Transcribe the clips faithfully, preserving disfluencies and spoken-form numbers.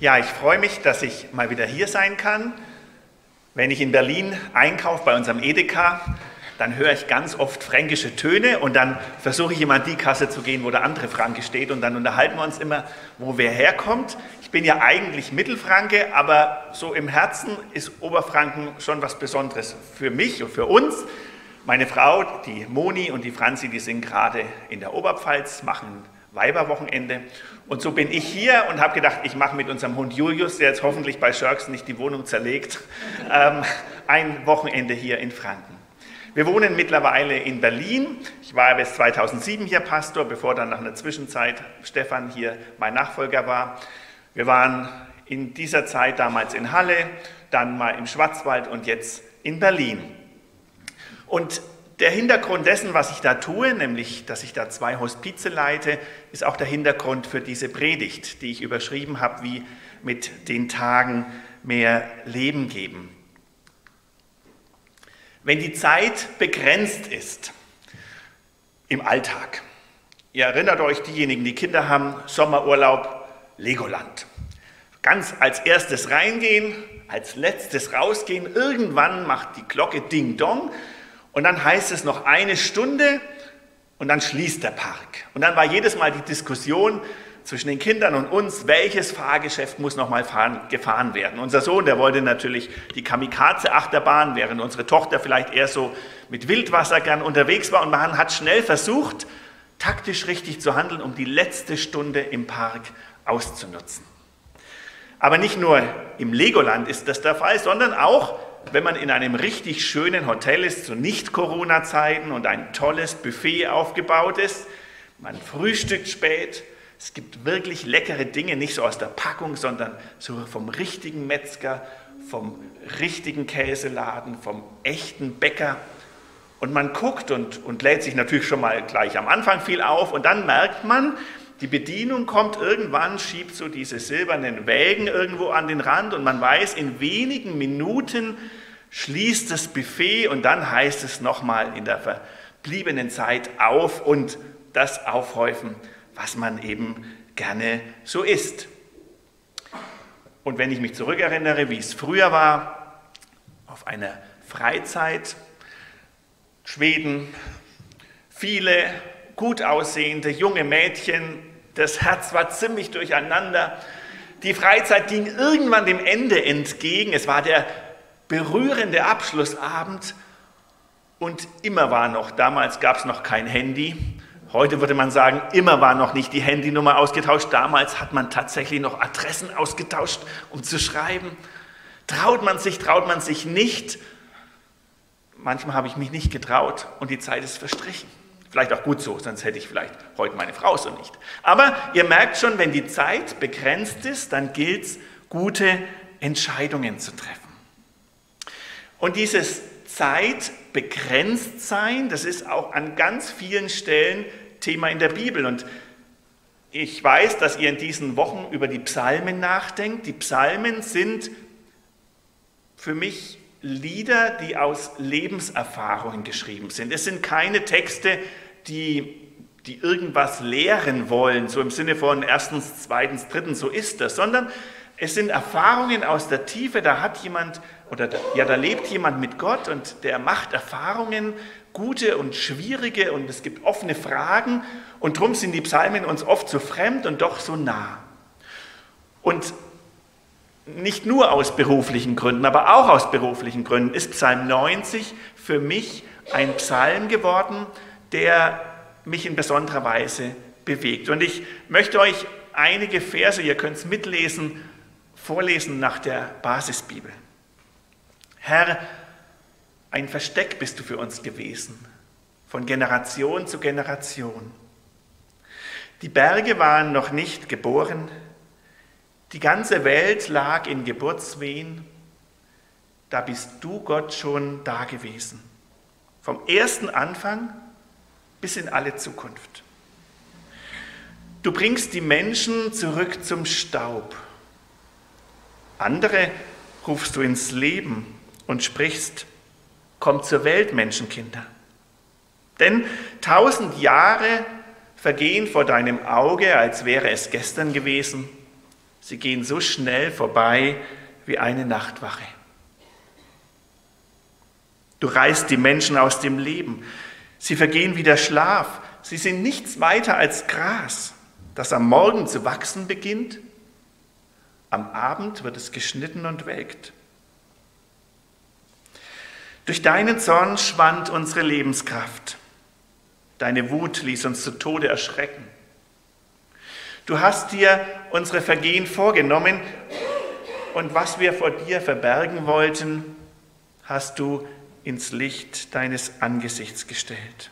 Ja, ich freue mich, dass ich mal wieder hier sein kann. Wenn ich in Berlin einkaufe bei unserem Edeka, dann höre ich ganz oft fränkische Töne und dann versuche ich immer an die Kasse zu gehen, wo der andere Franke steht und dann unterhalten wir uns immer, wo wer herkommt. Ich bin ja eigentlich Mittelfranke, aber so im Herzen ist Oberfranken schon was Besonderes für mich und für uns. Meine Frau, die Moni und die Franzi, die sind gerade in der Oberpfalz, machen Weiberwochenende. Und so bin ich hier und habe gedacht, ich mache mit unserem Hund Julius, der jetzt hoffentlich bei Schörks nicht die Wohnung zerlegt, ähm, ein Wochenende hier in Franken. Wir wohnen mittlerweile in Berlin. Ich war bis zweitausendsieben hier Pastor, bevor dann nach einer Zwischenzeit Stefan hier mein Nachfolger war. Wir waren in dieser Zeit damals in Halle, dann mal im Schwarzwald und jetzt in Berlin. Und der Hintergrund dessen, was ich da tue, nämlich, dass ich da zwei Hospize leite, ist auch der Hintergrund für diese Predigt, die ich überschrieben habe, wie mit den Tagen mehr Leben geben. Wenn die Zeit begrenzt ist im Alltag, ihr erinnert euch, diejenigen, die Kinder haben, Sommerurlaub, Legoland. Ganz als erstes reingehen, als letztes rausgehen, irgendwann macht die Glocke Ding Dong und dann heißt es noch eine Stunde und dann schließt der Park. Und dann war jedes Mal die Diskussion zwischen den Kindern und uns, welches Fahrgeschäft muss nochmal gefahren werden. Unser Sohn, der wollte natürlich die Kamikaze-Achterbahn, während unsere Tochter vielleicht eher so mit Wildwasser gern unterwegs war. Und man hat schnell versucht, taktisch richtig zu handeln, um die letzte Stunde im Park auszunutzen. Aber nicht nur im Legoland ist das der Fall, sondern auch, wenn man in einem richtig schönen Hotel ist, zu Nicht-Corona-Zeiten und ein tolles Buffet aufgebaut ist, man frühstückt spät. Es gibt wirklich leckere Dinge, nicht so aus der Packung, sondern so vom richtigen Metzger, vom richtigen Käseladen, vom echten Bäcker. Und man guckt und, und lädt sich natürlich schon mal gleich am Anfang viel auf und dann merkt man, die Bedienung kommt irgendwann, schiebt so diese silbernen Wägen irgendwo an den Rand und man weiß, in wenigen Minuten schließt das Buffet und dann heißt es nochmal in der verbliebenen Zeit auf und das Aufhäufen, was man eben gerne so isst. Und wenn ich mich zurückerinnere, wie es früher war, auf einer Freizeit, Schweden, viele gut aussehende junge Mädchen, das Herz war ziemlich durcheinander. Die Freizeit ging irgendwann dem Ende entgegen. Es war der berührende Abschlussabend und immer war noch, damals gab es noch kein Handy. Heute würde man sagen, immer war noch nicht die Handynummer ausgetauscht. Damals hat man tatsächlich noch Adressen ausgetauscht, um zu schreiben. Traut man sich, traut man sich nicht? Manchmal habe ich mich nicht getraut und die Zeit ist verstrichen. Vielleicht auch gut so, sonst hätte ich vielleicht heute meine Frau so nicht. Aber ihr merkt schon, wenn die Zeit begrenzt ist, dann gilt es, gute Entscheidungen zu treffen. Und dieses Zeitbegrenztsein, das ist auch an ganz vielen Stellen Thema in der Bibel. Und ich weiß, dass ihr in diesen Wochen über die Psalmen nachdenkt. Die Psalmen sind für mich Lieder, die aus Lebenserfahrungen geschrieben sind. Es sind keine Texte, die, die irgendwas lehren wollen, so im Sinne von erstens, zweitens, drittens, so ist das, sondern es sind Erfahrungen aus der Tiefe, da hat jemand, oder da, ja, da lebt jemand mit Gott und der macht Erfahrungen, gute und schwierige und es gibt offene Fragen und darum sind die Psalmen uns oft so fremd und doch so nah. Und nicht nur aus beruflichen Gründen, aber auch aus beruflichen Gründen ist Psalm neunzig für mich ein Psalm geworden, der mich in besonderer Weise bewegt. Und ich möchte euch einige Verse, ihr könnt es mitlesen, vorlesen nach der Basisbibel. Herr, ein Versteck bist du für uns gewesen, von Generation zu Generation. Die Berge waren noch nicht geboren, die ganze Welt lag in Geburtswehen, da bist du, Gott, schon da gewesen. Vom ersten Anfang bis in alle Zukunft. Du bringst die Menschen zurück zum Staub. Andere rufst du ins Leben und sprichst, kommt zur Welt, Menschenkinder. Denn tausend Jahre vergehen vor deinem Auge, als wäre es gestern gewesen. sie gehen so schnell vorbei wie eine Nachtwache. Du reißt die Menschen aus dem Leben. Sie vergehen wie der Schlaf. Sie sind nichts weiter als Gras, das am Morgen zu wachsen beginnt. Am Abend wird es geschnitten und welkt. Durch deinen Zorn schwand unsere Lebenskraft. Deine Wut ließ uns zu Tode erschrecken. Du hast dir unsere Vergehen vorgenommen und was wir vor dir verbergen wollten, hast du ins Licht deines Angesichts gestellt.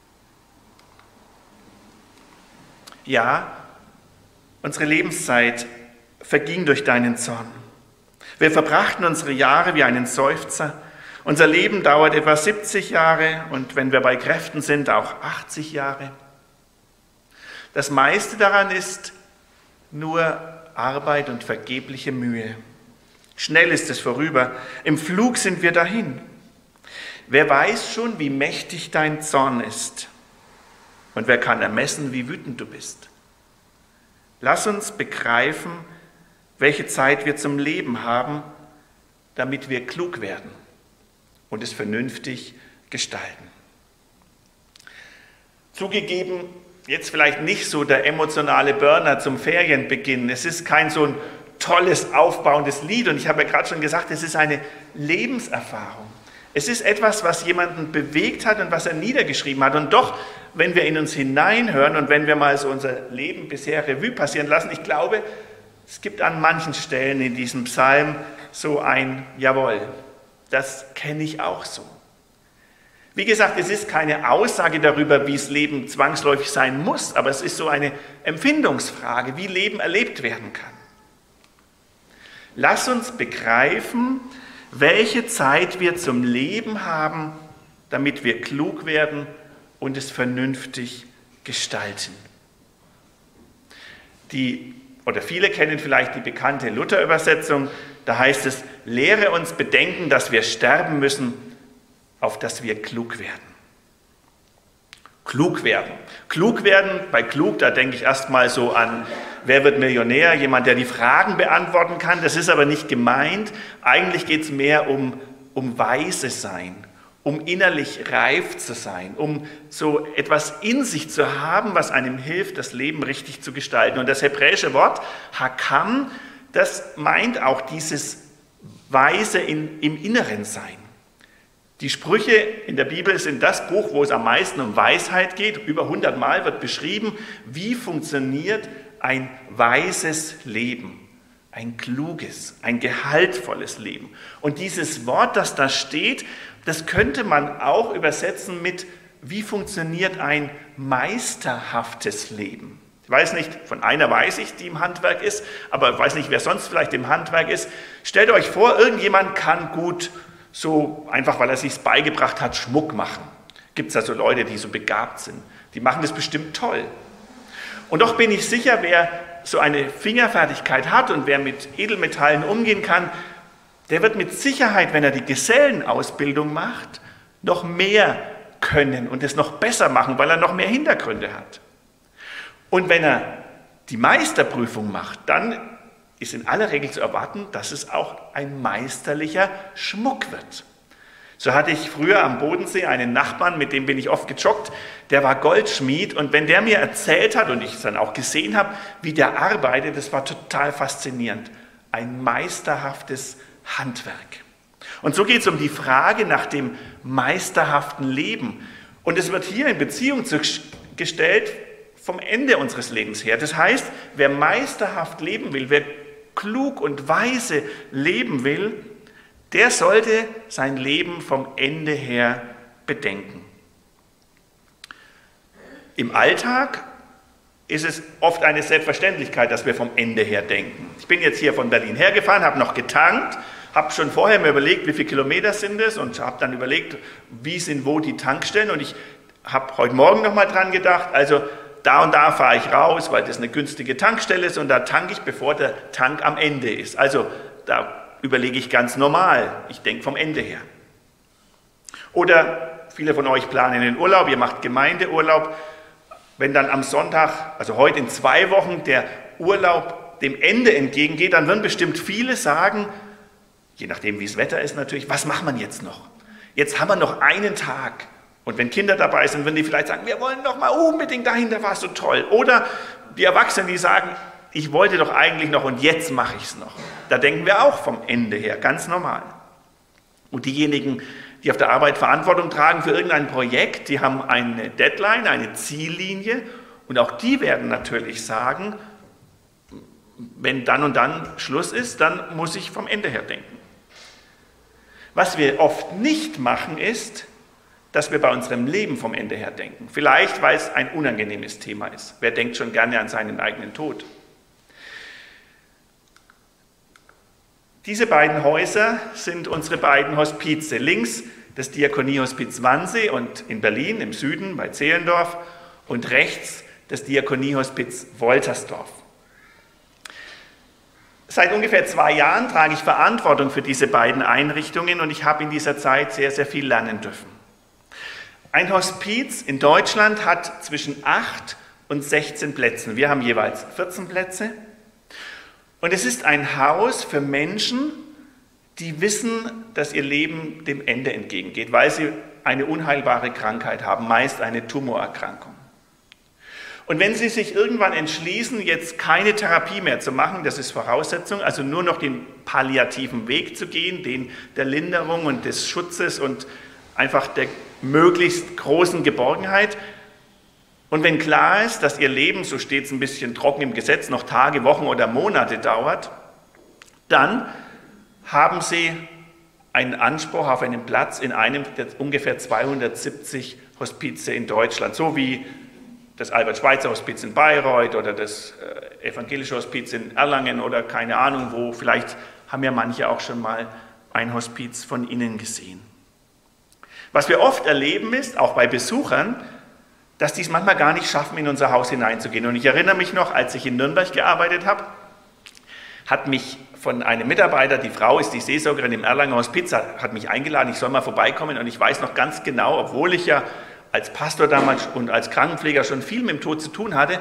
Ja, unsere Lebenszeit verging durch deinen Zorn. Wir verbrachten unsere Jahre wie einen Seufzer. Unser Leben dauert etwa siebzig Jahre und wenn wir bei Kräften sind, auch achtzig Jahre. Das meiste daran ist nur Arbeit und vergebliche Mühe. Schnell ist es vorüber, im Flug sind wir dahin. Wer weiß schon, wie mächtig dein Zorn ist? Und wer kann ermessen, wie wütend du bist? Lass uns begreifen, welche Zeit wir zum Leben haben, damit wir klug werden und es vernünftig gestalten. Zugegeben, jetzt vielleicht nicht so der emotionale Burner zum Ferienbeginn. Es ist kein so ein tolles, aufbauendes Lied und ich habe ja gerade schon gesagt, es ist eine Lebenserfahrung. Es ist etwas, was jemanden bewegt hat und was er niedergeschrieben hat. Und doch, wenn wir in uns hineinhören und wenn wir mal so unser Leben bisher Revue passieren lassen, ich glaube, es gibt an manchen Stellen in diesem Psalm so ein Jawohl, das kenne ich auch so. Wie gesagt, es ist keine Aussage darüber, wie das Leben zwangsläufig sein muss, aber es ist so eine Empfindungsfrage, wie Leben erlebt werden kann. Lass uns begreifen, welche Zeit wir zum Leben haben, damit wir klug werden und es vernünftig gestalten. Die, oder viele kennen vielleicht die bekannte Luther-Übersetzung, da heißt es, lehre uns bedenken, dass wir sterben müssen, auf dass wir klug werden. Klug werden. Klug werden, bei klug, da denke ich erstmal so an, wer wird Millionär? Jemand, der die Fragen beantworten kann. Das ist aber nicht gemeint. Eigentlich geht es mehr um, um weise sein, um innerlich reif zu sein, um so etwas in sich zu haben, was einem hilft, das Leben richtig zu gestalten. Und das hebräische Wort Hakam, das meint auch dieses Weise in, im Inneren sein. Die Sprüche in der Bibel sind das Buch, wo es am meisten um Weisheit geht. Über hundert Mal wird beschrieben, wie funktioniert ein weises Leben, ein kluges, ein gehaltvolles Leben. Und dieses Wort, das da steht, das könnte man auch übersetzen mit, wie funktioniert ein meisterhaftes Leben. Ich weiß nicht, von einer weiß ich, die im Handwerk ist, aber ich weiß nicht, wer sonst vielleicht im Handwerk ist. Stellt euch vor, irgendjemand kann gut so einfach, weil er sich beigebracht hat, Schmuck machen. Gibt es da so Leute, die so begabt sind. Die machen das bestimmt toll. Und doch bin ich sicher, wer so eine Fingerfertigkeit hat und wer mit Edelmetallen umgehen kann, der wird mit Sicherheit, wenn er die Gesellenausbildung macht, noch mehr können und es noch besser machen, weil er noch mehr Hintergründe hat. Und wenn er die Meisterprüfung macht, dann ist in aller Regel zu erwarten, dass es auch ein meisterlicher Schmuck wird. So hatte ich früher am Bodensee einen Nachbarn, mit dem bin ich oft gejoggt, der war Goldschmied und wenn der mir erzählt hat und ich es dann auch gesehen habe, wie der arbeitet, das war total faszinierend. Ein meisterhaftes Handwerk. Und so geht es um die Frage nach dem meisterhaften Leben. Und es wird hier in Beziehung zu, gestellt vom Ende unseres Lebens her. Das heißt, wer meisterhaft leben will, wer klug und weise leben will, der sollte sein Leben vom Ende her bedenken. Im Alltag ist es oft eine Selbstverständlichkeit, dass wir vom Ende her denken. Ich bin jetzt hier von Berlin hergefahren, habe noch getankt, habe schon vorher mir überlegt, wie viele Kilometer sind es und habe dann überlegt, wie sind wo die Tankstellen und ich habe heute Morgen noch mal dran gedacht, also da und da fahre ich raus, weil das eine günstige Tankstelle ist und da tanke ich, bevor der Tank am Ende ist. Also da überlege ich ganz normal, ich denke vom Ende her. Oder viele von euch planen den Urlaub, ihr macht Gemeindeurlaub. Wenn dann am Sonntag, also heute in zwei Wochen, der Urlaub dem Ende entgegengeht, dann würden bestimmt viele sagen, je nachdem wie das Wetter ist natürlich, was macht man jetzt noch? Jetzt haben wir noch einen Tag. Und wenn Kinder dabei sind, würden die vielleicht sagen, wir wollen doch mal unbedingt dahin, da war es so toll. Oder die Erwachsenen, die sagen, ich wollte doch eigentlich noch und jetzt mache ich es noch. Da denken wir auch vom Ende her, ganz normal. Und diejenigen, die auf der Arbeit Verantwortung tragen für irgendein Projekt, die haben eine Deadline, eine Ziellinie und auch die werden natürlich sagen, wenn dann und dann Schluss ist, dann muss ich vom Ende her denken. Was wir oft nicht machen ist, dass wir bei unserem Leben vom Ende her denken. Vielleicht, weil es ein unangenehmes Thema ist. Wer denkt schon gerne an seinen eigenen Tod? Diese beiden Häuser sind unsere beiden Hospize. Links das Diakoniehospiz Wannsee und in Berlin im Süden bei Zehlendorf und rechts das Diakoniehospiz Woltersdorf. Seit ungefähr zwei Jahren trage ich Verantwortung für diese beiden Einrichtungen und ich habe in dieser Zeit sehr, sehr viel lernen dürfen. Ein Hospiz in Deutschland hat zwischen acht und sechzehn Plätzen. Wir haben jeweils vierzehn Plätze. Und es ist ein Haus für Menschen, die wissen, dass ihr Leben dem Ende entgegengeht, weil sie eine unheilbare Krankheit haben, meist eine Tumorerkrankung. Und wenn sie sich irgendwann entschließen, jetzt keine Therapie mehr zu machen, das ist Voraussetzung, also nur noch den palliativen Weg zu gehen, den der Linderung und des Schutzes und einfach der möglichst großen Geborgenheit. Und wenn klar ist, dass ihr Leben, so steht es ein bisschen trocken im Gesetz, noch Tage, Wochen oder Monate dauert, dann haben sie einen Anspruch auf einen Platz in einem der ungefähr zweihundertsiebzig Hospize in Deutschland, so wie das Albert-Schweitzer-Hospiz in Bayreuth oder das äh, evangelische Hospiz in Erlangen oder keine Ahnung wo. Vielleicht haben ja manche auch schon mal ein Hospiz von Ihnen gesehen. Was wir oft erleben ist, auch bei Besuchern, dass die es manchmal gar nicht schaffen, in unser Haus hineinzugehen. Und ich erinnere mich noch, als ich in Nürnberg gearbeitet habe, hat mich von einem Mitarbeiter, die Frau ist die Seelsorgerin im Erlanger Hospiz, hat mich eingeladen, ich soll mal vorbeikommen. Und ich weiß noch ganz genau, obwohl ich ja als Pastor damals und als Krankenpfleger schon viel mit dem Tod zu tun hatte,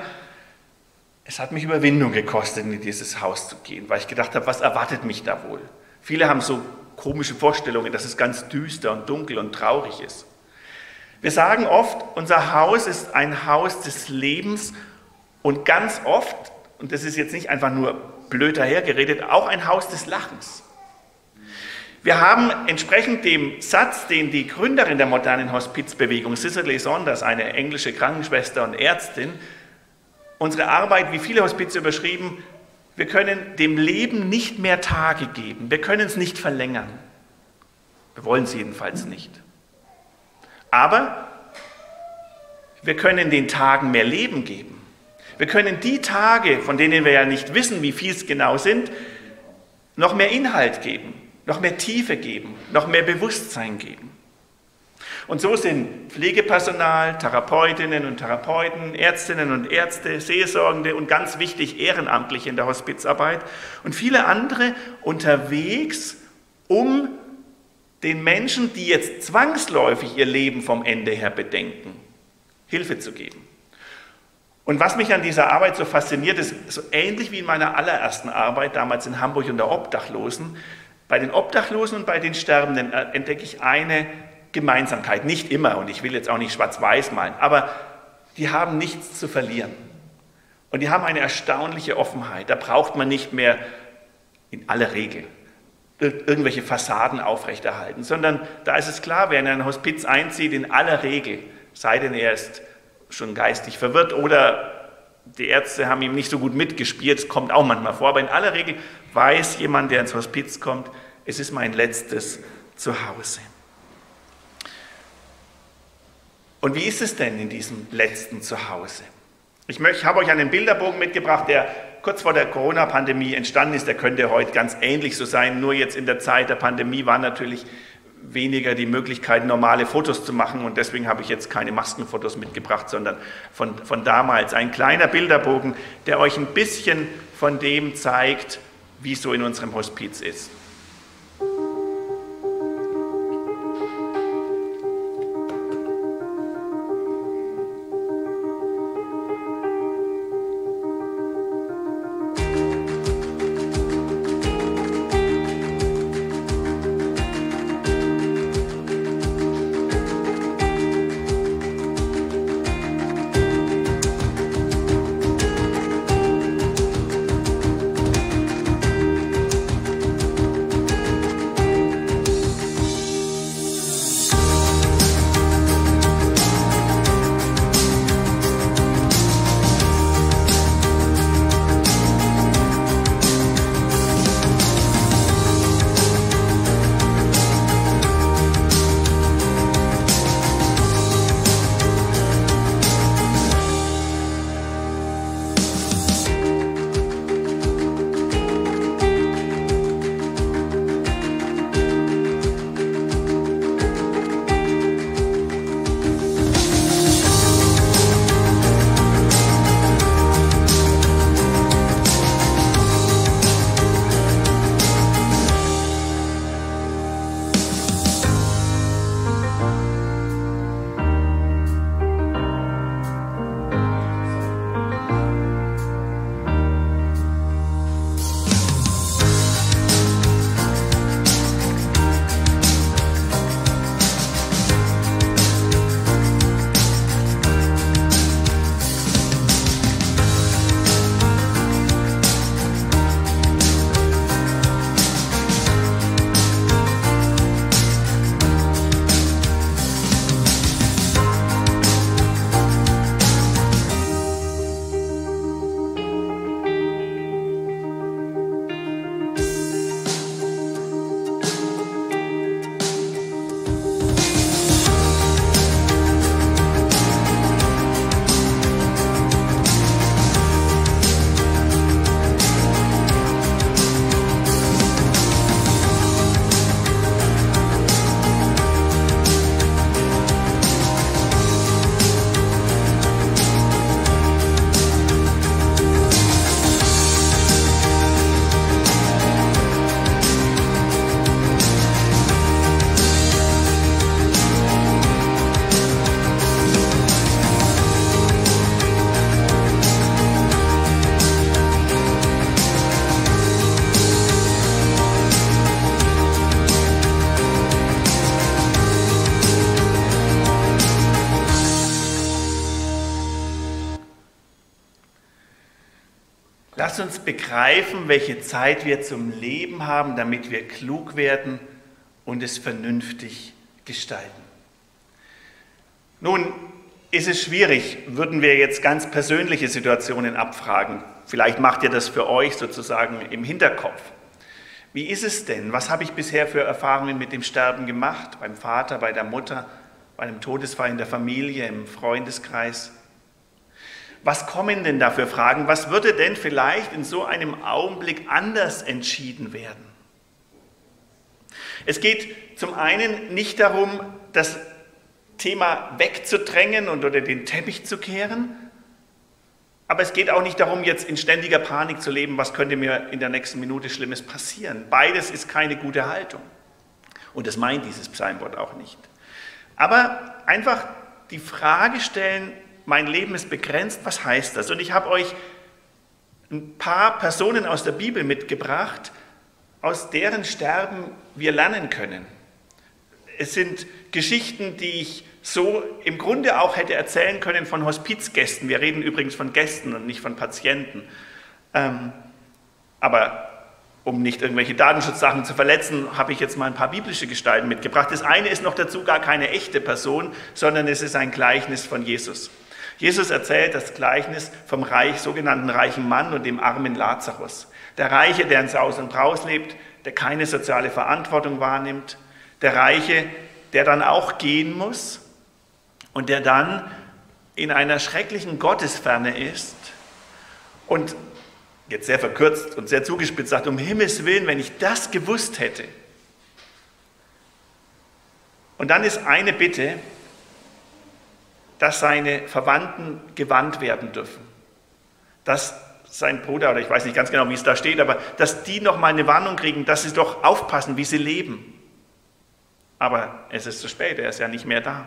es hat mich Überwindung gekostet, in dieses Haus zu gehen, weil ich gedacht habe, was erwartet mich da wohl? Viele haben so komische Vorstellungen, dass es ganz düster und dunkel und traurig ist. Wir sagen oft, unser Haus ist ein Haus des Lebens und ganz oft, und das ist jetzt nicht einfach nur blöd dahergeredet, auch ein Haus des Lachens. Wir haben entsprechend dem Satz, den die Gründerin der modernen Hospizbewegung, Cicely Saunders, eine englische Krankenschwester und Ärztin, unsere Arbeit wie viele Hospize überschrieben, wir können dem Leben nicht mehr Tage geben, wir können es nicht verlängern. Wir wollen es jedenfalls nicht. Aber wir können den Tagen mehr Leben geben. Wir können die Tage, von denen wir ja nicht wissen, wie viel es genau sind, noch mehr Inhalt geben, noch mehr Tiefe geben, noch mehr Bewusstsein geben. Und so sind Pflegepersonal, Therapeutinnen und Therapeuten, Ärztinnen und Ärzte, Seelsorgende und ganz wichtig Ehrenamtliche in der Hospizarbeit und viele andere unterwegs, um den Menschen, die jetzt zwangsläufig ihr Leben vom Ende her bedenken, Hilfe zu geben. Und was mich an dieser Arbeit so fasziniert, ist so ähnlich wie in meiner allerersten Arbeit, damals in Hamburg unter Obdachlosen. Bei den Obdachlosen und bei den Sterbenden entdecke ich eine Gemeinsamkeit. Nicht immer, und ich will jetzt auch nicht schwarz-weiß malen, aber die haben nichts zu verlieren. Und die haben eine erstaunliche Offenheit. Da braucht man nicht mehr in aller Regel irgendwelche Fassaden aufrechterhalten, sondern da ist es klar, wer in ein Hospiz einzieht, in aller Regel, sei denn er ist schon geistig verwirrt oder die Ärzte haben ihm nicht so gut mitgespielt, es kommt auch manchmal vor, aber in aller Regel weiß jemand, der ins Hospiz kommt, es ist mein letztes Zuhause. Und wie ist es denn in diesem letzten Zuhause? Ich, möchte, ich habe euch einen Bilderbogen mitgebracht, der kurz vor der Corona-Pandemie entstanden ist. Der könnte heute ganz ähnlich so sein, nur jetzt in der Zeit der Pandemie war natürlich weniger die Möglichkeit, normale Fotos zu machen und deswegen habe ich jetzt keine Maskenfotos mitgebracht, sondern von, von damals. Ein kleiner Bilderbogen, der euch ein bisschen von dem zeigt, wie es so in unserem Hospiz ist. Lass uns begreifen, welche Zeit wir zum Leben haben, damit wir klug werden und es vernünftig gestalten. Nun ist es schwierig, würden wir jetzt ganz persönliche Situationen abfragen. Vielleicht macht ihr das für euch sozusagen im Hinterkopf. Wie ist es denn? Was habe ich bisher für Erfahrungen mit dem Sterben gemacht? Beim Vater, bei der Mutter, bei einem Todesfall in der Familie, im Freundeskreis? Was kommen denn da für Fragen? Was würde denn vielleicht in so einem Augenblick anders entschieden werden? Es geht zum einen nicht darum, das Thema wegzudrängen und unter den Teppich zu kehren, aber es geht auch nicht darum, jetzt in ständiger Panik zu leben, was könnte mir in der nächsten Minute Schlimmes passieren. Beides ist keine gute Haltung. Und das meint dieses Psalmwort auch nicht. Aber einfach die Frage stellen, mein Leben ist begrenzt, was heißt das? Und ich habe euch ein paar Personen aus der Bibel mitgebracht, aus deren Sterben wir lernen können. Es sind Geschichten, die ich so im Grunde auch hätte erzählen können von Hospizgästen. Wir reden übrigens von Gästen und nicht von Patienten. Ähm, aber um nicht irgendwelche Datenschutzsachen zu verletzen, habe ich jetzt mal ein paar biblische Gestalten mitgebracht. Das eine ist noch dazu gar keine echte Person, sondern es ist ein Gleichnis von Jesus. Jesus erzählt das Gleichnis vom reich, sogenannten reichen Mann und dem armen Lazarus. Der Reiche, der in Saus und Braus lebt, der keine soziale Verantwortung wahrnimmt. Der Reiche, der dann auch gehen muss und der dann in einer schrecklichen Gottesferne ist und jetzt sehr verkürzt und sehr zugespitzt sagt, um Himmels Willen, wenn ich das gewusst hätte. Und dann ist eine Bitte, dass seine Verwandten gewandt werden dürfen. Dass sein Bruder, oder ich weiß nicht ganz genau, wie es da steht, aber dass die noch mal eine Warnung kriegen, dass sie doch aufpassen, wie sie leben. Aber es ist zu spät, er ist ja nicht mehr da.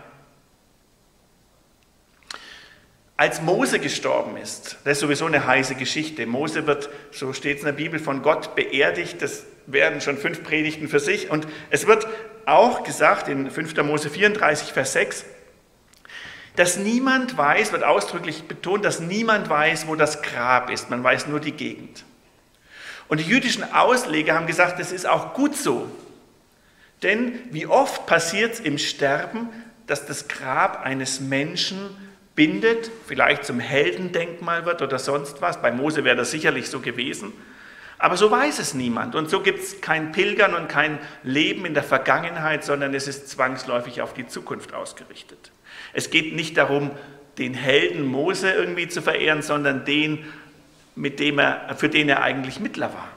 Als Mose gestorben ist, das ist sowieso eine heiße Geschichte. Mose wird, so steht es in der Bibel, von Gott beerdigt. Das werden schon fünf Predigten für sich. Und es wird auch gesagt in fünfter Mose vierunddreißig, Vers sechs, dass niemand weiß, wird ausdrücklich betont, dass niemand weiß, wo das Grab ist. Man weiß nur die Gegend. Und die jüdischen Ausleger haben gesagt, das ist auch gut so. Denn wie oft passiert es im Sterben, dass das Grab eines Menschen bindet, vielleicht zum Heldendenkmal wird oder sonst was. Bei Mose wäre das sicherlich so gewesen. Aber so weiß es niemand. Und so gibt es kein Pilgern und kein Leben in der Vergangenheit, sondern es ist zwangsläufig auf die Zukunft ausgerichtet. Es geht nicht darum, den Helden Mose irgendwie zu verehren, sondern den, mit dem er, für den er eigentlich Mittler war.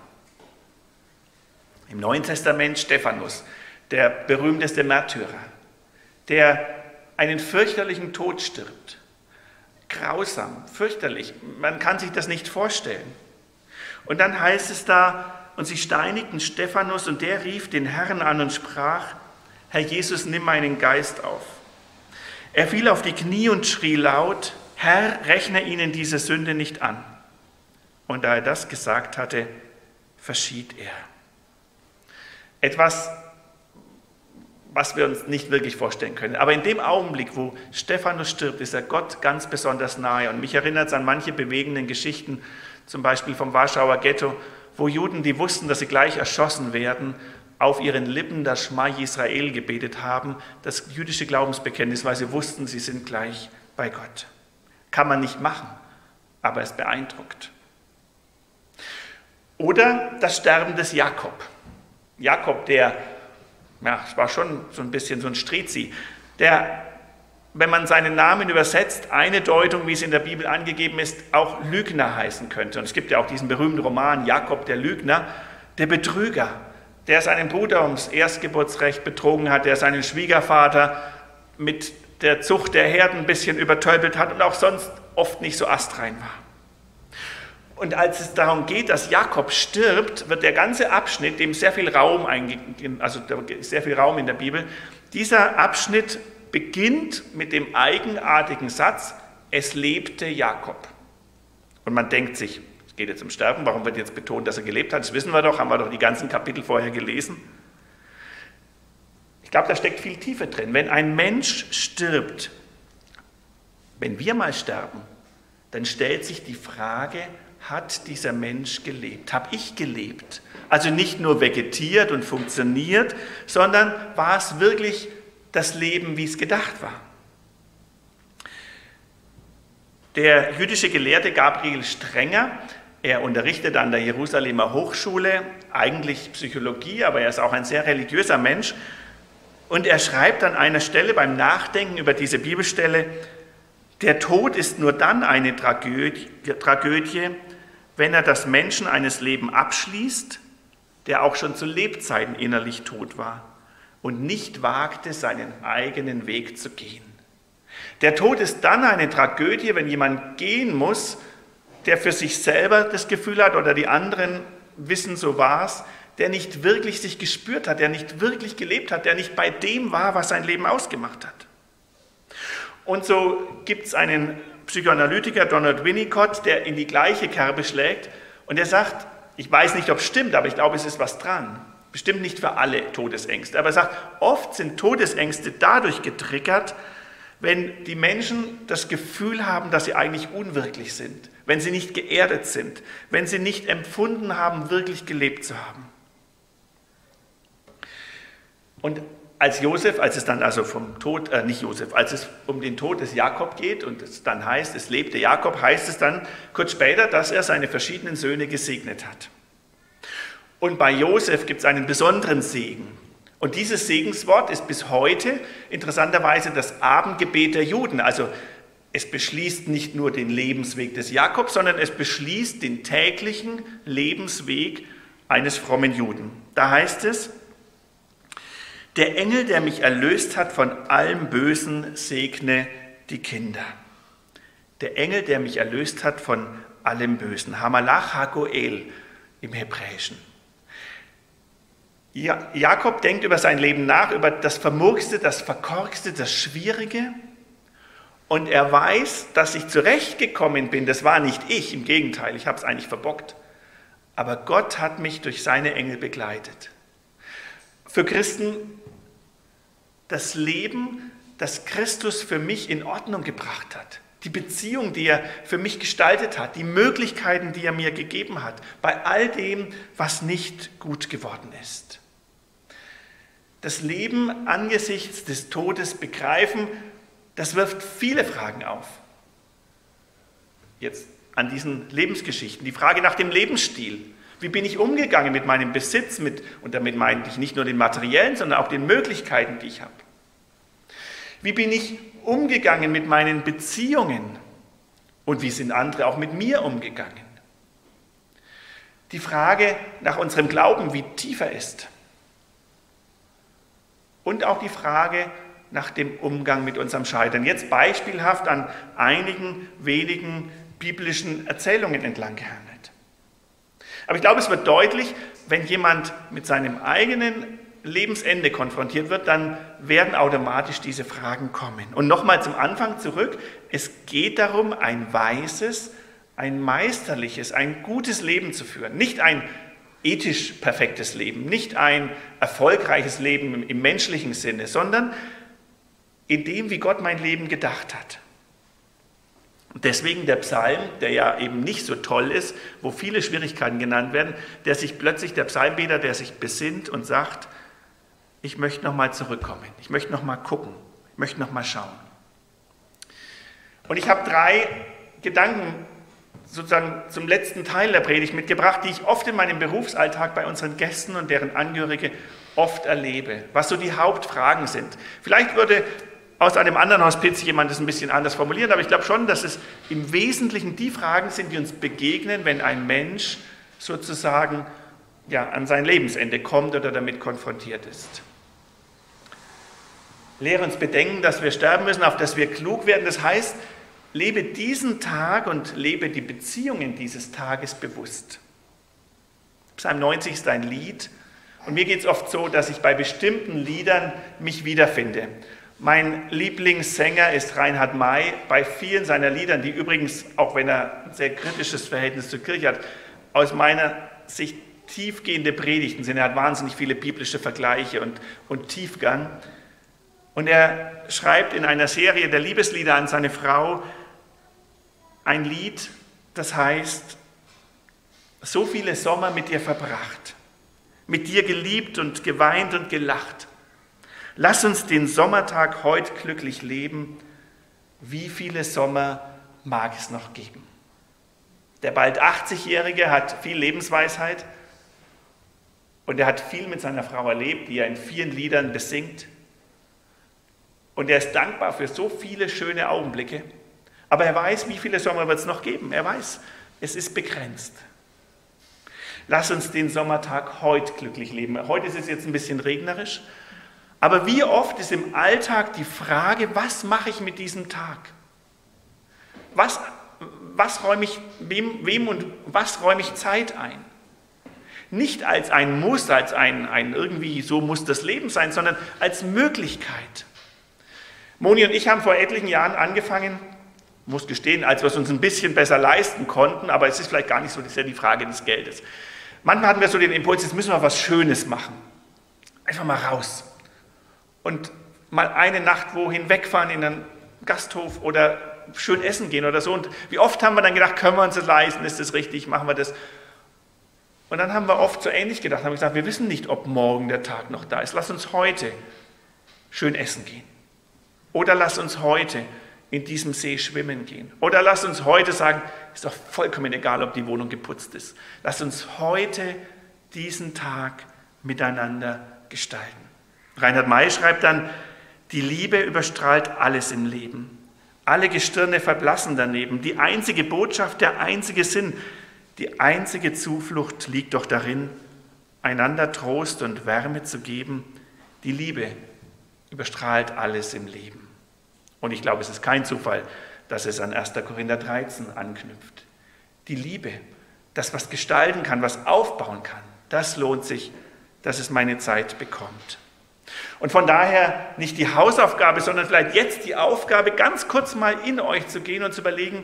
Im Neuen Testament Stephanus, der berühmteste Märtyrer, der einen fürchterlichen Tod stirbt. Grausam, fürchterlich, man kann sich das nicht vorstellen. Und dann heißt es da, und sie steinigten Stephanus und der rief den Herrn an und sprach, Herr Jesus, nimm meinen Geist auf. Er fiel auf die Knie und schrie laut, Herr, rechne ihnen diese Sünde nicht an. Und da er das gesagt hatte, verschied er. Etwas, was wir uns nicht wirklich vorstellen können. Aber in dem Augenblick, wo Stephanus stirbt, ist er Gott ganz besonders nahe. Und mich erinnert es an manche bewegenden Geschichten, zum Beispiel vom Warschauer Ghetto, wo Juden, die wussten, dass sie gleich erschossen werden, auf ihren Lippen das Schma Yisrael gebetet haben, das jüdische Glaubensbekenntnis, weil sie wussten, sie sind gleich bei Gott. Kann man nicht machen, aber es beeindruckt. Oder das Sterben des Jakob. Jakob, der, ja, es war schon so ein bisschen so ein Strizi, der, wenn man seinen Namen übersetzt, eine Deutung, wie es in der Bibel angegeben ist, auch Lügner heißen könnte. Und es gibt ja auch diesen berühmten Roman Jakob der Lügner, der Betrüger, der seinen Bruder ums Erstgeburtsrecht betrogen hat, der seinen Schwiegervater mit der Zucht der Herden ein bisschen übertölpelt hat und auch sonst oft nicht so astrein war. Und als es darum geht, dass Jakob stirbt, wird der ganze Abschnitt, dem sehr viel Raum eingegeben, also sehr viel Raum in der Bibel, dieser Abschnitt beginnt mit dem eigenartigen Satz, es lebte Jakob. Und man denkt sich, es geht jetzt um Sterben, warum wird jetzt betont, dass er gelebt hat? Das wissen wir doch, haben wir doch die ganzen Kapitel vorher gelesen. Ich glaube, da steckt viel Tiefe drin. Wenn ein Mensch stirbt, wenn wir mal sterben, dann stellt sich die Frage, hat dieser Mensch gelebt? Habe ich gelebt? Also nicht nur vegetiert und funktioniert, sondern war es wirklich das Leben, wie es gedacht war? Der jüdische Gelehrte Gabriel Strenger, er unterrichtet an der Jerusalemer Hochschule, eigentlich Psychologie, aber er ist auch ein sehr religiöser Mensch. Und er schreibt an einer Stelle beim Nachdenken über diese Bibelstelle: Der Tod ist nur dann eine Tragödie, Tragödie, wenn er das Menschen eines Lebens abschließt, der auch schon zu Lebzeiten innerlich tot war und nicht wagte, seinen eigenen Weg zu gehen. Der Tod ist dann eine Tragödie, wenn jemand gehen muss, der für sich selber das Gefühl hat, oder die anderen wissen, so war's, der nicht wirklich sich gespürt hat, der nicht wirklich gelebt hat, der nicht bei dem war, was sein Leben ausgemacht hat. Und so gibt es einen Psychoanalytiker, Donald Winnicott, der in die gleiche Kerbe schlägt und der sagt, ich weiß nicht, ob es stimmt, aber ich glaube, es ist was dran. Bestimmt nicht für alle Todesängste, aber er sagt, oft sind Todesängste dadurch getriggert, wenn die Menschen das Gefühl haben, dass sie eigentlich unwirklich sind, wenn sie nicht geerdet sind, wenn sie nicht empfunden haben, wirklich gelebt zu haben. Und als Josef, als es dann also vom Tod, äh, nicht Josef, als es um den Tod des Jakob geht und es dann heißt, es lebte Jakob, heißt es dann kurz später, dass er seine verschiedenen Söhne gesegnet hat. Und bei Josef gibt es einen besonderen Segen. Und dieses Segenswort ist bis heute interessanterweise das Abendgebet der Juden. Also es beschließt nicht nur den Lebensweg des Jakob, sondern es beschließt den täglichen Lebensweg eines frommen Juden. Da heißt es: Der Engel, der mich erlöst hat von allem Bösen, segne die Kinder. Der Engel, der mich erlöst hat von allem Bösen. Hamalach Hagoel im Hebräischen. Ja, Jakob denkt über sein Leben nach, über das Vermurkste, das Verkorkste, das Schwierige. Und er weiß, dass ich zurechtgekommen bin. Das war nicht ich, im Gegenteil, ich habe es eigentlich verbockt. Aber Gott hat mich durch seine Engel begleitet. Für Christen das Leben, das Christus für mich in Ordnung gebracht hat. Die Beziehung, die er für mich gestaltet hat, die Möglichkeiten, die er mir gegeben hat, bei all dem, was nicht gut geworden ist. Das Leben angesichts des Todes begreifen, das wirft viele Fragen auf. Jetzt an diesen Lebensgeschichten. Die Frage nach dem Lebensstil. Wie bin ich umgegangen mit meinem Besitz, mit, und damit meine ich nicht nur den materiellen, sondern auch den Möglichkeiten, die ich habe. Wie bin ich umgegangen mit meinen Beziehungen und wie sind andere auch mit mir umgegangen? Die Frage nach unserem Glauben, wie tief er ist. Und auch die Frage nach dem Umgang mit unserem Scheitern. Jetzt beispielhaft an einigen wenigen biblischen Erzählungen entlang gehandelt. Aber ich glaube, es wird deutlich, wenn jemand mit seinem eigenen Lebensende konfrontiert wird, dann werden automatisch diese Fragen kommen. Und nochmal zum Anfang zurück, es geht darum, ein weises, ein meisterliches, ein gutes Leben zu führen. Nicht ein ethisch perfektes Leben, nicht ein erfolgreiches Leben im, im menschlichen Sinne, sondern in dem, wie Gott mein Leben gedacht hat. Deswegen der Psalm, der ja eben nicht so toll ist, wo viele Schwierigkeiten genannt werden, der sich plötzlich, der Psalmbeter, der sich besinnt und sagt, ich möchte nochmal zurückkommen, ich möchte nochmal gucken, ich möchte nochmal schauen. Und ich habe drei Gedanken sozusagen zum letzten Teil der Predigt mitgebracht, die ich oft in meinem Berufsalltag bei unseren Gästen und deren Angehörige oft erlebe, was so die Hauptfragen sind. Vielleicht würde aus einem anderen Hospiz jemand das ein bisschen anders formulieren, aber ich glaube schon, dass es im Wesentlichen die Fragen sind, die uns begegnen, wenn ein Mensch sozusagen ja, an sein Lebensende kommt oder damit konfrontiert ist. Lehre uns bedenken, dass wir sterben müssen, auf dass wir klug werden. Das heißt, lebe diesen Tag und lebe die Beziehungen dieses Tages bewusst. Psalm neunzig ist ein Lied und mir geht es oft so, dass ich bei bestimmten Liedern mich wiederfinde. Mein Lieblingssänger ist Reinhard May. Bei vielen seiner Liedern, die übrigens, auch wenn er ein sehr kritisches Verhältnis zur Kirche hat, aus meiner Sicht tiefgehende Predigten sind. Er hat wahnsinnig viele biblische Vergleiche und, und Tiefgang. Und er schreibt in einer Serie der Liebeslieder an seine Frau ein Lied, das heißt, so viele Sommer mit dir verbracht, mit dir geliebt und geweint und gelacht. Lass uns den Sommertag heute glücklich leben. Wie viele Sommer mag es noch geben? Der bald achtzigjährige hat viel Lebensweisheit und er hat viel mit seiner Frau erlebt, die er in vielen Liedern besingt. Und er ist dankbar für so viele schöne Augenblicke. Aber er weiß, wie viele Sommer wird es noch geben. Er weiß, es ist begrenzt. Lass uns den Sommertag heute glücklich leben. Heute ist es jetzt ein bisschen regnerisch. Aber wie oft ist im Alltag die Frage, was mache ich mit diesem Tag? Was, was räume ich, wem, wem und was räume ich Zeit ein? Nicht als ein Muss, als ein, ein irgendwie, so muss das Leben sein, sondern als Möglichkeit. Moni und ich haben vor etlichen Jahren angefangen, muss gestehen, als wir es uns ein bisschen besser leisten konnten, aber es ist vielleicht gar nicht so, das ist ja die Frage des Geldes. Manchmal hatten wir so den Impuls, jetzt müssen wir was Schönes machen. Einfach mal raus. Und mal eine Nacht wohin wegfahren in einen Gasthof oder schön essen gehen oder so. Und wie oft haben wir dann gedacht, können wir uns das leisten, ist das richtig, machen wir das. Und dann haben wir oft so ähnlich gedacht, haben gesagt, wir wissen nicht, ob morgen der Tag noch da ist. Lass uns heute schön essen gehen. Oder lass uns heute in diesem See schwimmen gehen. Oder lass uns heute sagen, ist doch vollkommen egal, ob die Wohnung geputzt ist. Lass uns heute diesen Tag miteinander gestalten. Reinhard May schreibt dann, die Liebe überstrahlt alles im Leben. Alle Gestirne verblassen daneben. Die einzige Botschaft, der einzige Sinn, die einzige Zuflucht liegt doch darin, einander Trost und Wärme zu geben. Die Liebe überstrahlt alles im Leben. Und ich glaube, es ist kein Zufall, dass es an erster Korinther dreizehn anknüpft. Die Liebe, das, was gestalten kann, was aufbauen kann, das lohnt sich, dass es meine Zeit bekommt. Und von daher nicht die Hausaufgabe, sondern vielleicht jetzt die Aufgabe, ganz kurz mal in euch zu gehen und zu überlegen,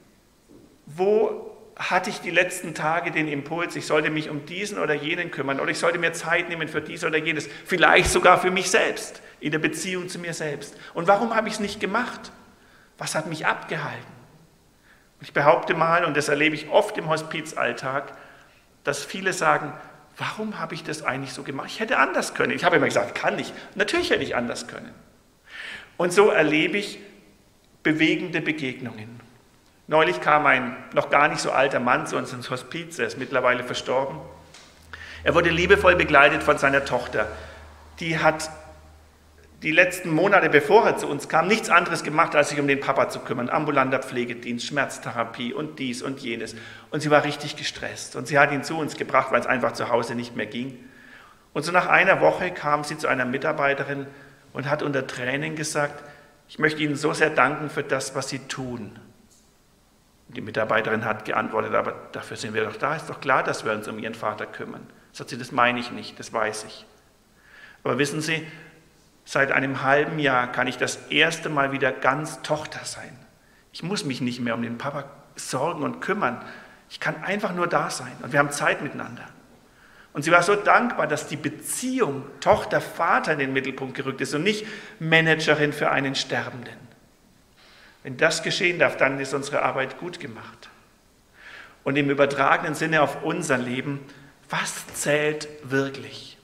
wo hatte ich die letzten Tage den Impuls, ich sollte mich um diesen oder jenen kümmern oder ich sollte mir Zeit nehmen für dies oder jenes, vielleicht sogar für mich selbst, in der Beziehung zu mir selbst. Und warum habe ich es nicht gemacht? Was hat mich abgehalten? Und ich behaupte mal, und das erlebe ich oft im Hospizalltag, dass viele sagen, warum habe ich das eigentlich so gemacht? Ich hätte anders können. Ich habe immer gesagt, kann ich. Natürlich hätte ich anders können. Und so erlebe ich bewegende Begegnungen. Neulich kam ein noch gar nicht so alter Mann zu uns ins Hospiz, er ist mittlerweile verstorben. Er wurde liebevoll begleitet von seiner Tochter. Die hat die letzten Monate, bevor er zu uns kam, nichts anderes gemacht, als sich um den Papa zu kümmern. Ambulanter Pflegedienst, Schmerztherapie und dies und jenes. Und sie war richtig gestresst. Und sie hat ihn zu uns gebracht, weil es einfach zu Hause nicht mehr ging. Und so nach einer Woche kam sie zu einer Mitarbeiterin und hat unter Tränen gesagt, ich möchte Ihnen so sehr danken für das, was Sie tun. Die Mitarbeiterin hat geantwortet, aber dafür sind wir doch da, ist doch klar, dass wir uns um Ihren Vater kümmern. Sagt sie, das meine ich nicht, das weiß ich. Aber wissen Sie, seit einem halben Jahr kann ich das erste Mal wieder ganz Tochter sein. Ich muss mich nicht mehr um den Papa sorgen und kümmern. Ich kann einfach nur da sein und wir haben Zeit miteinander. Und sie war so dankbar, dass die Beziehung Tochter-Vater in den Mittelpunkt gerückt ist und nicht Managerin für einen Sterbenden. Wenn das geschehen darf, dann ist unsere Arbeit gut gemacht. Und im übertragenen Sinne auf unser Leben, was zählt wirklich?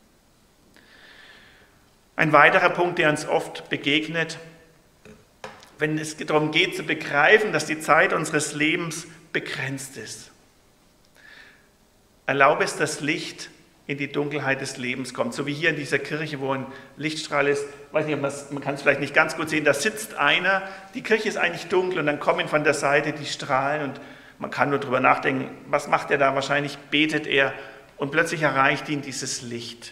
Ein weiterer Punkt, der uns oft begegnet, wenn es darum geht zu begreifen, dass die Zeit unseres Lebens begrenzt ist. Erlaube es, dass Licht in die Dunkelheit des Lebens kommt. So wie hier in dieser Kirche, wo ein Lichtstrahl ist, weiß nicht, man kann es vielleicht nicht ganz gut sehen, da sitzt einer, die Kirche ist eigentlich dunkel und dann kommen von der Seite die Strahlen und man kann nur darüber nachdenken, was macht er da? Wahrscheinlich betet er und plötzlich erreicht ihn dieses Licht.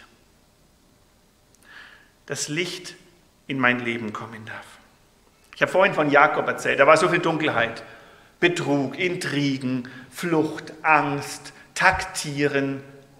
Das Licht in mein Leben kommen darf. Ich habe vorhin von Jakob erzählt, da war so viel Dunkelheit. Betrug, Intrigen, Flucht, Angst, Taktieren.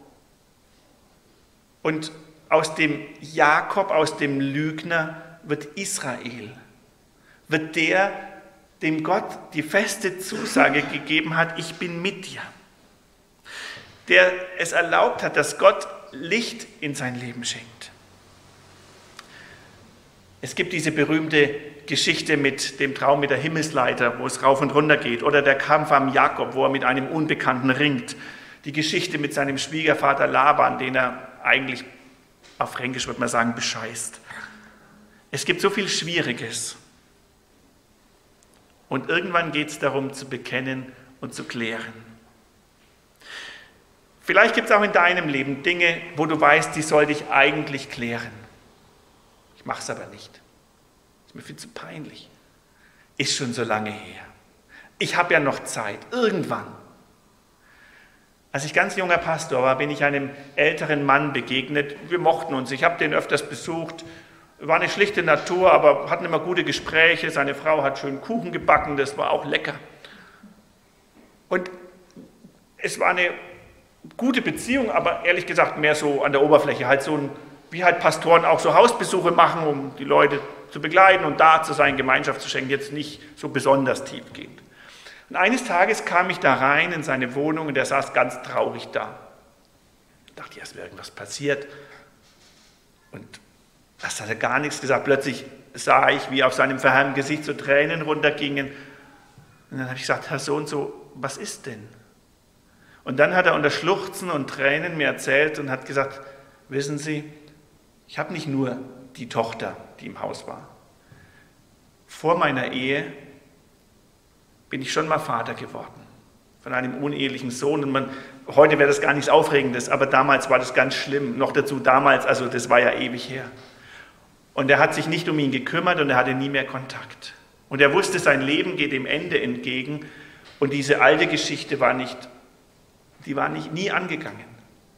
Und aus dem Jakob, aus dem Lügner, wird Israel. Wird der, dem Gott die feste Zusage gegeben hat, ich bin mit dir. Der es erlaubt hat, dass Gott Licht in sein Leben schenkt. Es gibt diese berühmte Geschichte mit dem Traum mit der Himmelsleiter, wo es rauf und runter geht, oder der Kampf am Jakob, wo er mit einem Unbekannten ringt. Die Geschichte mit seinem Schwiegervater Laban, den er eigentlich, auf Fränkisch würde man sagen, bescheißt. Es gibt so viel Schwieriges. Und irgendwann geht es darum, zu bekennen und zu klären. Vielleicht gibt es auch in deinem Leben Dinge, wo du weißt, die sollte ich eigentlich klären. Ich mache es aber nicht. Ist mir viel zu peinlich. Ist schon so lange her. Ich habe ja noch Zeit. Irgendwann. Als ich ganz junger Pastor war, bin ich einem älteren Mann begegnet. Wir mochten uns. Ich habe den öfters besucht. War eine schlichte Natur, aber hatten immer gute Gespräche. Seine Frau hat schön Kuchen gebacken, das war auch lecker. Und es war eine gute Beziehung, aber ehrlich gesagt mehr so an der Oberfläche. Halt so ein, wie halt Pastoren auch so Hausbesuche machen, um die Leute zu begleiten und da zu sein, Gemeinschaft zu schenken. Jetzt nicht so besonders tiefgehend. Und eines Tages kam ich da rein in seine Wohnung und er saß ganz traurig da. Ich dachte, ja, es wäre irgendwas passiert. Und das hat er gar nichts gesagt. Plötzlich sah ich, wie auf seinem verhärmten Gesicht so Tränen runtergingen. Und dann habe ich gesagt, Herr so und so, was ist denn? Und dann hat er unter Schluchzen und Tränen mir erzählt und hat gesagt, wissen Sie, ich habe nicht nur die Tochter, die im Haus war. Vor meiner Ehe bin ich schon mal Vater geworden von einem unehelichen Sohn. Und man, heute wäre das gar nichts Aufregendes, aber damals war das ganz schlimm. Noch dazu damals, also das war ja ewig her. Und er hat sich nicht um ihn gekümmert und er hatte nie mehr Kontakt. Und er wusste, sein Leben geht dem Ende entgegen und diese alte Geschichte war nicht, die war nicht, nie angegangen.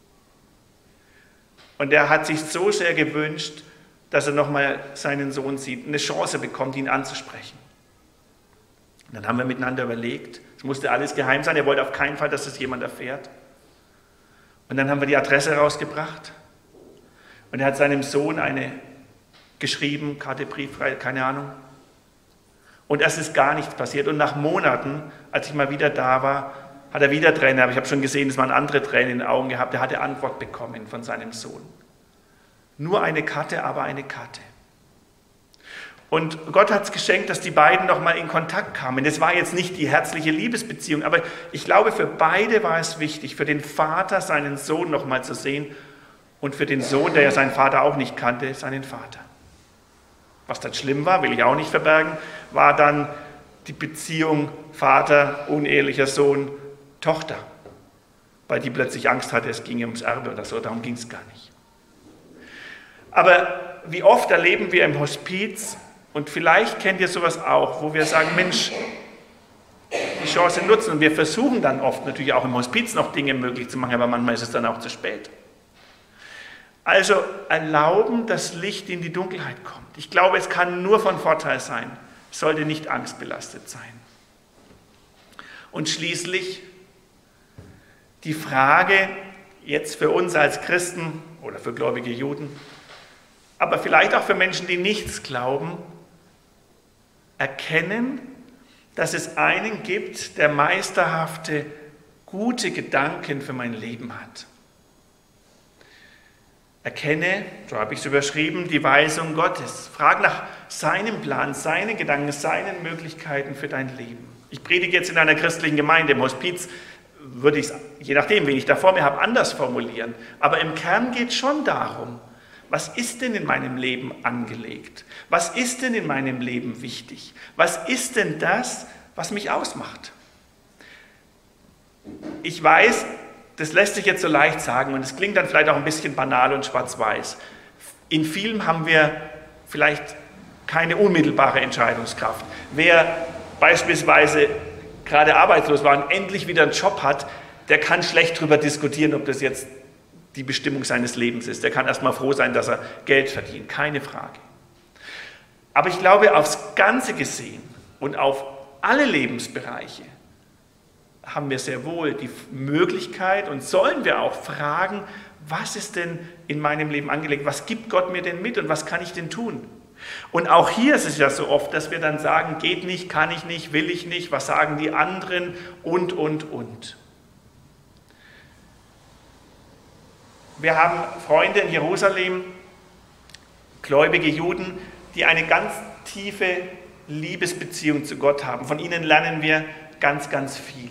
Und er hat sich so sehr gewünscht, dass er nochmal seinen Sohn sieht, eine Chance bekommt, ihn anzusprechen. Und dann haben wir miteinander überlegt, es musste alles geheim sein, er wollte auf keinen Fall, dass es jemand erfährt. Und dann haben wir die Adresse rausgebracht und er hat seinem Sohn eine geschrieben, Karte, Brief, keine Ahnung. Und es ist gar nichts passiert. Und nach Monaten, als ich mal wieder da war, hat er wieder Tränen, aber ich habe schon gesehen, es waren andere Tränen in den Augen gehabt, er hatte Antwort bekommen von seinem Sohn. Nur eine Karte, aber eine Karte. Und Gott hat es geschenkt, dass die beiden noch mal in Kontakt kamen. Das war jetzt nicht die herzliche Liebesbeziehung, aber ich glaube, für beide war es wichtig, für den Vater seinen Sohn noch mal zu sehen und für den Sohn, der ja seinen Vater auch nicht kannte, seinen Vater. Was dann schlimm war, will ich auch nicht verbergen, war dann die Beziehung Vater, unehelicher Sohn, Tochter, weil die plötzlich Angst hatte, es ginge ums Erbe oder so, darum ging es gar nicht. Aber wie oft erleben wir im Hospiz, und vielleicht kennt ihr sowas auch, wo wir sagen, Mensch, die Chance nutzen, und wir versuchen dann oft natürlich auch im Hospiz noch Dinge möglich zu machen, aber manchmal ist es dann auch zu spät. Also erlauben, dass Licht in die Dunkelheit kommt. Ich glaube, es kann nur von Vorteil sein, es sollte nicht angstbelastet sein. Und schließlich die Frage, jetzt für uns als Christen oder für gläubige Juden, aber vielleicht auch für Menschen, die nichts glauben, erkennen, dass es einen gibt, der meisterhafte, gute Gedanken für mein Leben hat. Erkenne, so habe ich es überschrieben, die Weisung Gottes. Frag nach seinem Plan, seinen Gedanken, seinen Möglichkeiten für dein Leben. Ich predige jetzt in einer christlichen Gemeinde. Im Hospiz würde ich es, je nachdem, wen ich da vor mir habe, anders formulieren. Aber im Kern geht es schon darum, was ist denn in meinem Leben angelegt? Was ist denn in meinem Leben wichtig? Was ist denn das, was mich ausmacht? Ich weiß, das lässt sich jetzt so leicht sagen und es klingt dann vielleicht auch ein bisschen banal und schwarz-weiß. In vielen haben wir vielleicht keine unmittelbare Entscheidungskraft. Wer beispielsweise gerade arbeitslos war und endlich wieder einen Job hat, der kann schlecht darüber diskutieren, ob das jetzt die Bestimmung seines Lebens ist. Der kann erstmal froh sein, dass er Geld verdient, keine Frage. Aber ich glaube, aufs Ganze gesehen und auf alle Lebensbereiche haben wir sehr wohl die Möglichkeit und sollen wir auch fragen, was ist denn in meinem Leben angelegt? Was gibt Gott mir denn mit und was kann ich denn tun? Und auch hier ist es ja so oft, dass wir dann sagen, geht nicht, kann ich nicht, will ich nicht, was sagen die anderen und, und, und. Wir haben Freunde in Jerusalem, gläubige Juden, die eine ganz tiefe Liebesbeziehung zu Gott haben. Von ihnen lernen wir ganz, ganz viel.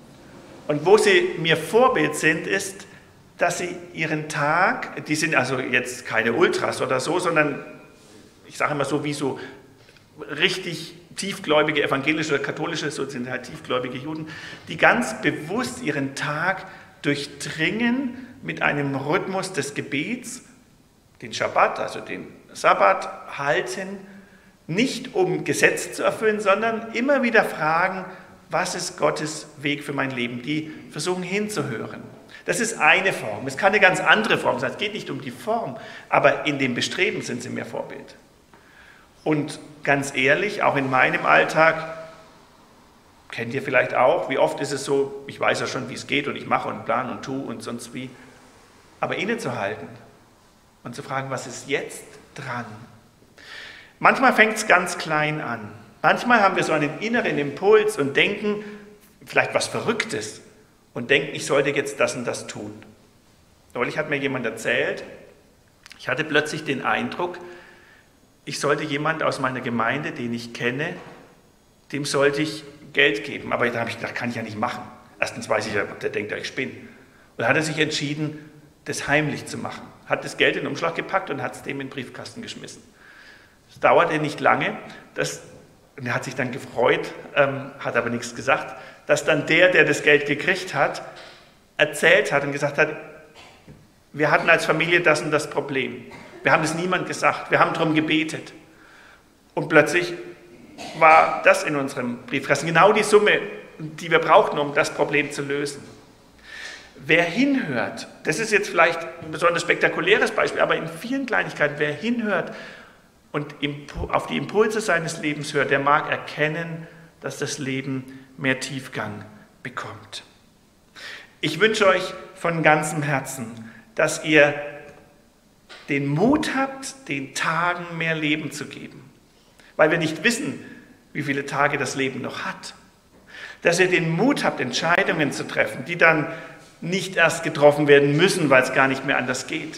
Und wo sie mir Vorbild sind, ist, dass sie ihren Tag, die sind also jetzt keine Ultras oder so, sondern ich sage immer so wie so richtig tiefgläubige evangelische oder katholische, so sind halt tiefgläubige Juden, die ganz bewusst ihren Tag durchdringen mit einem Rhythmus des Gebets, den Schabbat, also den Sabbat halten, nicht um Gesetze zu erfüllen, sondern immer wieder fragen, was ist Gottes Weg für mein Leben? Die versuchen hinzuhören. Das ist eine Form. Es kann eine ganz andere Form sein. Es geht nicht um die Form, aber in dem Bestreben sind sie mir Vorbild. Und ganz ehrlich, auch in meinem Alltag, kennt ihr vielleicht auch, wie oft ist es so, ich weiß ja schon, wie es geht und ich mache und plane und tue und sonst wie, aber innezuhalten und zu fragen, was ist jetzt dran? Manchmal fängt es ganz klein an. Manchmal haben wir so einen inneren Impuls und denken, vielleicht was Verrücktes, und denken, ich sollte jetzt das und das tun. Neulich hat mir jemand erzählt, ich hatte plötzlich den Eindruck, ich sollte jemand aus meiner Gemeinde, den ich kenne, dem sollte ich Geld geben. Aber da habe ich gedacht, kann ich ja nicht machen. Erstens weiß ich ja, der denkt ja, ich spinne. Und dann hat er sich entschieden, das heimlich zu machen. Hat das Geld in den Umschlag gepackt und hat es dem in den Briefkasten geschmissen. Es dauerte nicht lange, das, und er hat sich dann gefreut, ähm, hat aber nichts gesagt, dass dann der, der das Geld gekriegt hat, erzählt hat und gesagt hat, wir hatten als Familie das und das Problem. Wir haben es niemand gesagt, wir haben darum gebetet. Und plötzlich war das in unserem Briefkasten genau die Summe, die wir brauchten, um das Problem zu lösen. Wer hinhört, das ist jetzt vielleicht ein besonders spektakuläres Beispiel, aber in vielen Kleinigkeiten, wer hinhört und auf die Impulse seines Lebens hört, der mag erkennen, dass das Leben mehr Tiefgang bekommt. Ich wünsche euch von ganzem Herzen, dass ihr den Mut habt, den Tagen mehr Leben zu geben, weil wir nicht wissen, wie viele Tage das Leben noch hat. Dass ihr den Mut habt, Entscheidungen zu treffen, die dann nicht erst getroffen werden müssen, weil es gar nicht mehr anders geht.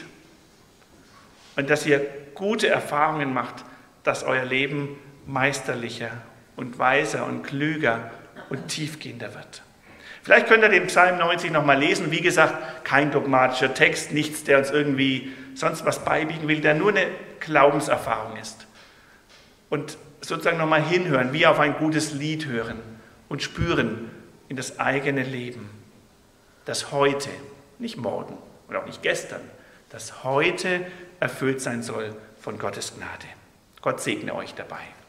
Und dass ihr gute Erfahrungen macht, dass euer Leben meisterlicher und weiser und klüger und tiefgehender wird. Vielleicht könnt ihr den Psalm neunzig nochmal lesen. Wie gesagt, kein dogmatischer Text, nichts, der uns irgendwie sonst was beibiegen will, der nur eine Glaubenserfahrung ist. Und sozusagen nochmal hinhören, wie auf ein gutes Lied hören und spüren in das eigene Leben, dass heute, nicht morgen und auch nicht gestern, dass heute erfüllt sein soll von Gottes Gnade. Gott segne euch dabei.